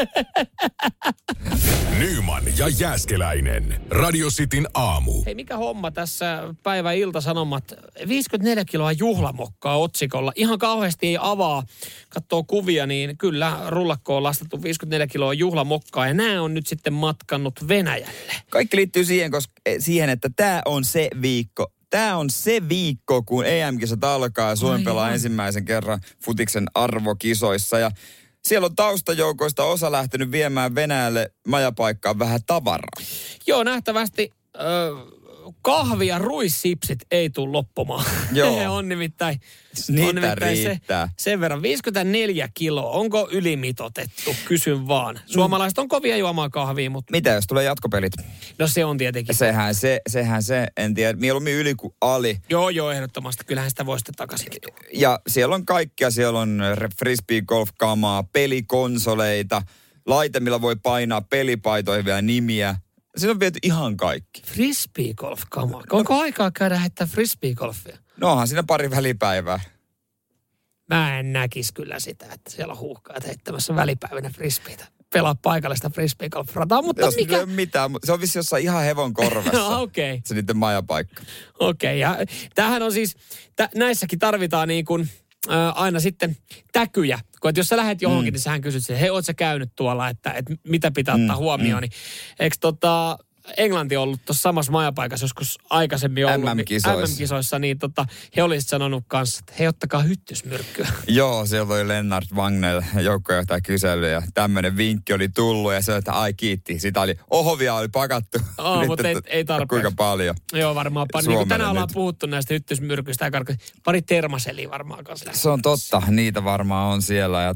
Nyman ja Jääskeläinen. Radio Cityn aamu. Hei, mikä homma tässä päivän Ilta-Sanomat? 54 kiloa juhlamokkaa otsikolla. Ihan kauheasti ei avaa. Katsoo kuvia, niin kyllä rullakkoon on lastattu 54 kiloa juhlamokkaa. Ja nämä on nyt sitten matkannut Venäjälle. Kaikki liittyy siihen, että tämä on se viikko. Tämä on se viikko, kun EM-kisat alkaa ja Suomi pelaa ensimmäisen kerran futiksen arvokisoissa. Ja siellä on taustajoukoista osa lähtenyt viemään Venäjälle majapaikkaan vähän tavaraa. Joo, nähtävästi kahvi ja ruissipsit ei tule loppumaan. Joo. on nimittäin riittää. Sen verran. 54 kiloa. Onko ylimitoitettu? Kysyn vaan. Suomalaiset on kovia juomaan kahvia, mutta... Mitä jos tulee jatkopelit? No se on tietenkin. Sehän se, en tiedä. Mieluummin yli kuin ali. Joo, ehdottomasti. Kyllähän sitä voi sitten takaisinkin tulla. Ja siellä on kaikkia. Siellä on frisbee-golf-kamaa, pelikonsoleita, laite, millä voi painaa pelipaitoihin vielä nimiä. Siinä on viety ihan kaikki. Frisbee-golf-kamaa. Onko aikaa käydä heittää frisbee-golfia? No onhan siinä pari välipäivää. Mä en näkisi kyllä sitä, että siellä on huuhkajat heittämässä välipäivänä frisbeitä. pelaa paikallista frisbeegolf-rataa, mutta jos mikä... Ei ole mitään, se on vissi jossain ihan hevon korvessa. No, okei. Se niiden majapaikka. Okei, ja tämähän on siis, näissäkin tarvitaan niin kuin aina sitten täkyjä. Kun jos sä lähdet johonkin, niin sähän kysyt siihen, hei, oot sä käynyt tuolla, että mitä pitää ottaa huomioon. Niin, eikö Englanti ollut tuossa samassa majapaikassa joskus aikaisemmin ollut MM-kisoissa, niin he olisivat sanonut kanssa, että hei, ottakaa hyttysmyrkkyä. Joo, siellä oli Lennart Wagnell joukkojohtaja kysely ja tämmöinen vinkki oli tullut ja se, että ai kiitti. Sitä oli, ohovia oli pakattu. Mutta ei tarpeeksi. Kuinka paljon? Joo, varmaan. Niin kuin tänään ollaan puhuttu näistä hyttysmyrkyistä ja pari termaseliä varmaan kanssa. Se on totta, niitä varmaan on siellä ja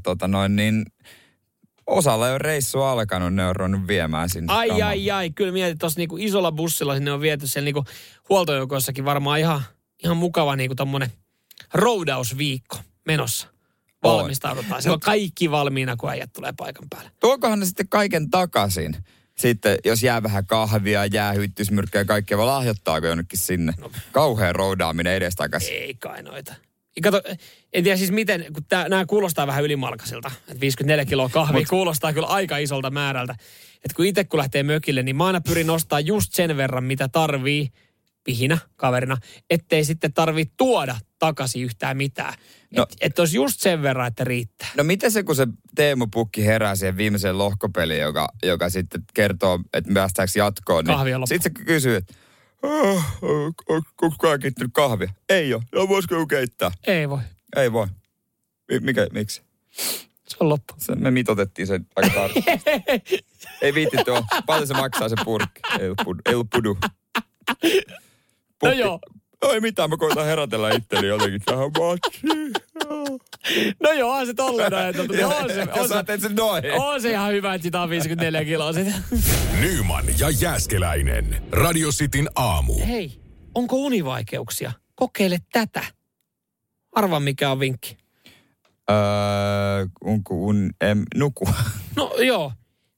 osalla ei ole reissu alkanut, ne on ruvennut viemään sinne. Ai, kyllä mietit tuossa niinku isolla bussilla sinne on viety siellä niinku huoltojoukoissakin varmaan ihan mukava niinku tommonen roudausviikko menossa. Valmistaudutaan. Siellä on kaikki valmiina, kun äijät tulee paikan päälle. Tuokohan ne sitten kaiken takaisin? Sitten jos jää vähän kahvia, jää hyttysmyrkkyä ja kaikkea, vai lahjoittaako jonnekin sinne? No. Kauhea roudaaminen edestakaisin. Ei kai noita. Kato, en tiedä siis miten, kun nämä kuulostaa vähän ylimalkaisilta. 54 kiloa kahvia kuulostaa kyllä aika isolta määrältä. Että kun itse kun lähtee mökille, niin mä aina pyrin nostaa just sen verran, mitä tarvii pihinä, kaverina, ettei sitten tarvii tuoda takaisin yhtään mitään. No, että olisi just sen verran, että riittää. No miten se, kun se Teemu Pukki herää siihen viimeiseen lohkopeliin, joka sitten kertoo, että päästäänkö jatkoon. Niin sitten se kysyy, että onko kukaan keittänyt kahvia? Ei ole. No voisiko joku keittää? Ei voi. Ei voi. Miksi? Se on loppu. Me mitotettiin sen aika tarkasti. Ei viititty ole. Paljon se maksaa se purkki. Ei ollut pudu. No joo. Ei mitään, mä koitan herätellä itteni jotenkin tähän matsiin. No joo, on se tolleen ajateltu. On se ihan hyvä, että sitä on 54 kiloa sitä. Nyman ja Jääskeläinen. Radio Cityn aamu. Hei, onko univaikeuksia? Kokeile tätä. Arvaa mikä on vinkki. Nuku. No joo.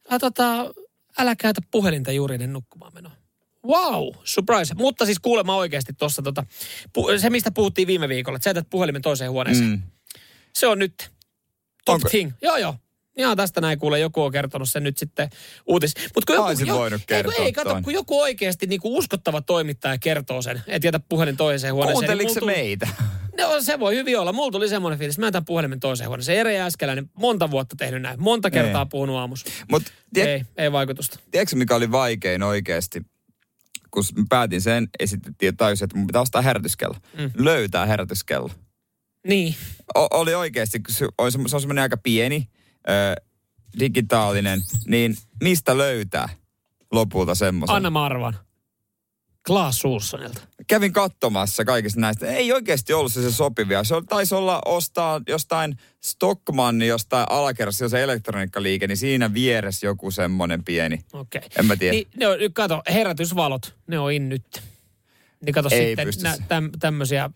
Älä käytä puhelinta juuri ennen nukkumaan menoa. Wow, surprise. Mutta siis kuulemma oikeasti tuossa se, mistä puhuttiin viime viikolla, että sä jätät puhelimen toiseen huoneeseen. Se on nyt top thing. Joo. Ihan tästä näin kuule, joku on kertonut sen nyt sitten voinut kertoa. Kato, kun joku oikeasti niinku uskottava toimittaja kertoo sen, että jätä puhelin toiseen huoneeseen. Kuunteliko se meitä? No se voi hyvin olla. Mulla tuli semmoinen fiilis, että mä jätän puhelimen toiseen huoneeseen. Jere Jääskeläinen, monta vuotta tehnyt näin. Monta kertaa puhunut aamussa. Ei vaikutusta. Tiedätkö mikä oli vaikein oikeasti? Kun päätin sen, esitettiin tajusin, että mun pitää ostaa herätyskello. Löytää herätyskello. Niin. Oli oikeasti, se on semmoinen aika pieni, digitaalinen, niin mistä löytää lopulta semmoisen? Anna mä arvan. Claes Olssonilta. Kävin katsomassa kaikista näistä. Ei oikeasti ollut se sopivia. Se taisi olla ostaa jostain Stockmanni, jostain alakerrassa, jos se elektroniikkaliike, niin siinä vieressä joku semmoinen pieni. Okei. En mä tiedä. Niin, kato, herätysvalot, ne on in nyt. Niin kato ei sitten tämmöisiä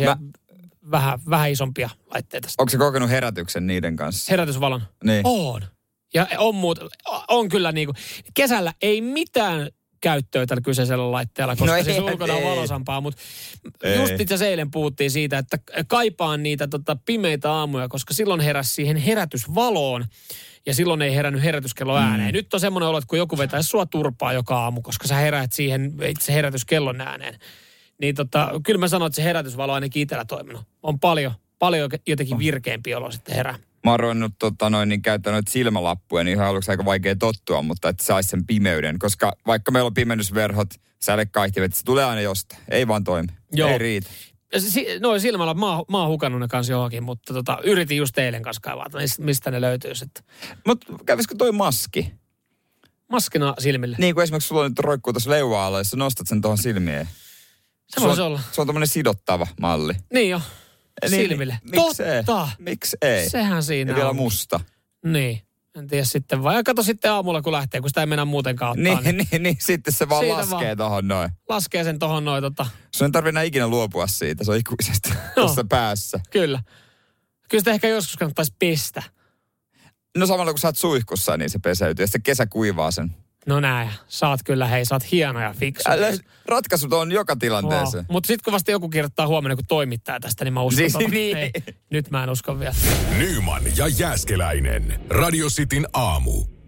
vähän isompia laitteita. Onko se kokenut herätyksen niiden kanssa? Herätysvalon? Niin. On. Ja on kyllä niinku, kesällä ei mitään käyttöä tällä kyseisellä laitteella, koska siis ulkona on valosampaa, mutta just itse asiassa eilen puhuttiin siitä, että kaipaan niitä pimeitä aamuja, koska silloin heräsi siihen herätysvaloon ja silloin ei herännyt herätyskello ääneen. Nyt on semmoinen olo, että kun joku vetäisi sua turpaa joka aamu, koska sä heräät siihen itse herätyskellon ääneen. Niin kyllä mä sanon, että se herätysvalo ainakin itsellä toiminut. On paljon jotenkin virkeämpi olo sitten herää. Mä oon ruvennut käyttää noita silmälappuja, niin ihan aluksi aika vaikea tottua, mutta että saisi sen pimeyden. Koska vaikka meillä on pimennysverhot, sälekaihtimet, se tulee aina jostain. Ei vaan toimi. Joo. Ei riitä. Noin silmällä, mä oon hukannut ne kanssa johonkin, mutta yritin just eilen kanssa kaivaa, mistä ne löytyy sitten. Mutta kävisikö toi maski? Maskina silmille? Niin kuin esimerkiksi sulla nyt roikkuu tuossa leuva-alla, jos sä nostat sen tuohon silmiin. Se voisi olla. Se on tommoinen sidottava malli. Niin jo. Silmille. Totta. Miksi ei? Sehän siinä ja vielä musta. Niin. En tiedä sitten vaan. Ja kato sitten aamulla, kun lähtee, kun sitä ei mennä muutenkaan ottaa. Niin, sitten se vaan laskee tohon noin. Laskee sen tohon noin. Sun ei tarvitse enää ikinä luopua siitä. Se on ikuisesti tuossa päässä. Kyllä. Kyllä sitä ehkä joskus kannattaisi pestä. No samalla kun sä oot suihkussa, niin se peseytyy. Ja sitten kesä kuivaa sen. No näin. Saat hieno ja fiksu. Ratkaisut on joka tilanteeseen. Mutta sitten kun vasta joku kirjoittaa huomenna, kun toimittaa tästä, niin mä uskon. Niin. Ei, nyt mä en usko vielä. Nyman ja Jääskeläinen. Radio Cityn aamu.